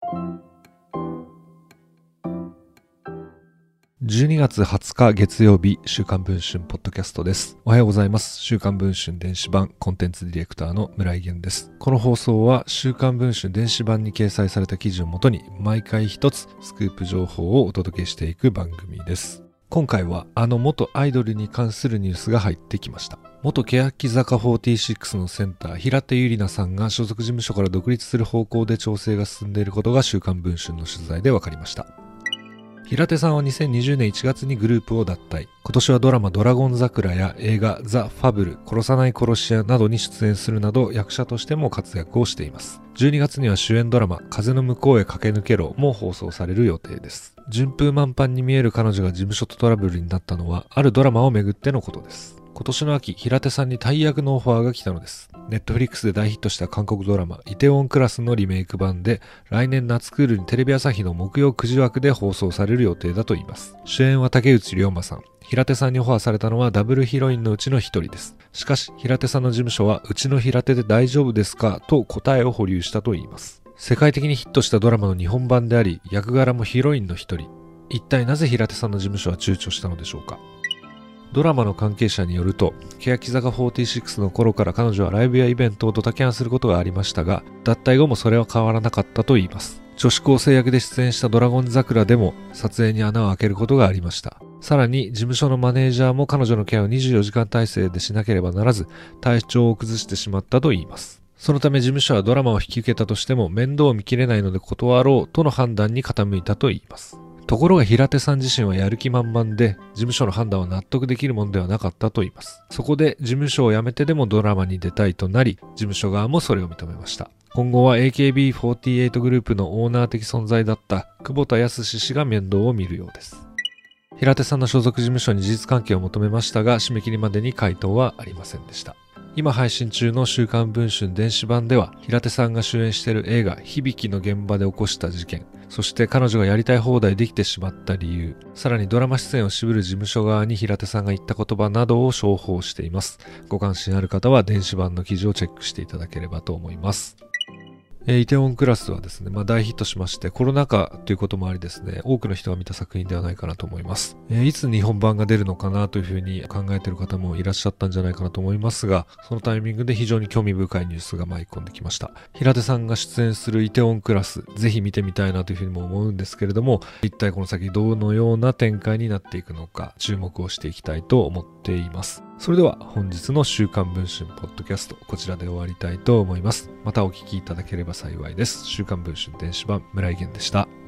12月20日月曜日、週刊文春ポッドキャストです。おはようございます。週刊文春電子版コンテンツディレクターの村井源です。この放送は週刊文春電子版に掲載された記事をもとに毎回一つスクープ情報をお届けしていく番組です。今回は元アイドルに関するニュースが入ってきました。元欅坂46のセンター平手友梨奈さんが所属事務所から独立する方向で調整が進んでいることが週刊文春の取材で分かりました。平手さんは2020年1月にグループを脱退。今年はドラマドラゴン桜や映画ザ・ファブル、殺さない殺し屋などに出演するなど役者としても活躍をしています。12月には主演ドラマ風の向こうへ駆け抜けろも放送される予定です。順風満帆に見える彼女が事務所とトラブルになったのはあるドラマをめぐってのことです。今年の秋、平手さんに大役のオファーが来たのです。ネットフリックスで大ヒットした韓国ドラマイテウォンクラスのリメイク版で来年夏クールにテレビ朝日の木曜9時枠で放送される予定だといいます。主演は竹内涼真さん。平手さんにオファーされたのはダブルヒロインのうちの一人です。しかし平手さんの事務所はうちの平手で大丈夫ですかと答えを保留したといいます。世界的にヒットしたドラマの日本版であり役柄もヒロインの一人。一体なぜ平手さんの事務所は躊躇したのでしょうか。ドラマの関係者によると、欅坂46の頃から彼女はライブやイベントをドタキャンすることがありましたが、脱退後もそれは変わらなかったといいます。女子高生役で出演したドラゴン桜でも撮影に穴を開けることがありました。さらに事務所のマネージャーも彼女のケアを24時間体制でしなければならず、体調を崩してしまったといいます。そのため事務所はドラマを引き受けたとしても面倒を見きれないので断ろうとの判断に傾いたといいます。ところが平手さん自身はやる気満々で事務所の判断は納得できるものではなかったといいます。そこで事務所を辞めてでもドラマに出たいとなり、事務所側もそれを認めました。今後は AKB48 グループのオーナー的存在だった久保田靖氏が面倒を見るようです。平手さんの所属事務所に事実関係を求めましたが、締め切りまでに回答はありませんでした。今配信中の週刊文春電子版では平手さんが主演している映画響の現場で起こした事件、そして彼女がやりたい放題できてしまった理由、さらにドラマ出演を渋る事務所側に平手さんが言った言葉などを紹報しています。ご関心ある方は電子版の記事をチェックしていただければと思います。イテウォンクラスはですね、大ヒットしまして、コロナ禍ということもありですね、多くの人が見た作品ではないかなと思います。いつ日本版が出るのかなというふうに考えている方もいらっしゃったんじゃないかなと思いますが、そのタイミングで非常に興味深いニュースが舞い込んできました。平手さんが出演するイテウォンクラス、ぜひ見てみたいなというふうにも思うんですけれども、一体この先どのような展開になっていくのか、注目をしていきたいと思っています。それでは本日の週刊文春ポッドキャスト、こちらで終わりたいと思います。またお聞きいただければ幸いです。週刊文春電子版村井源でした。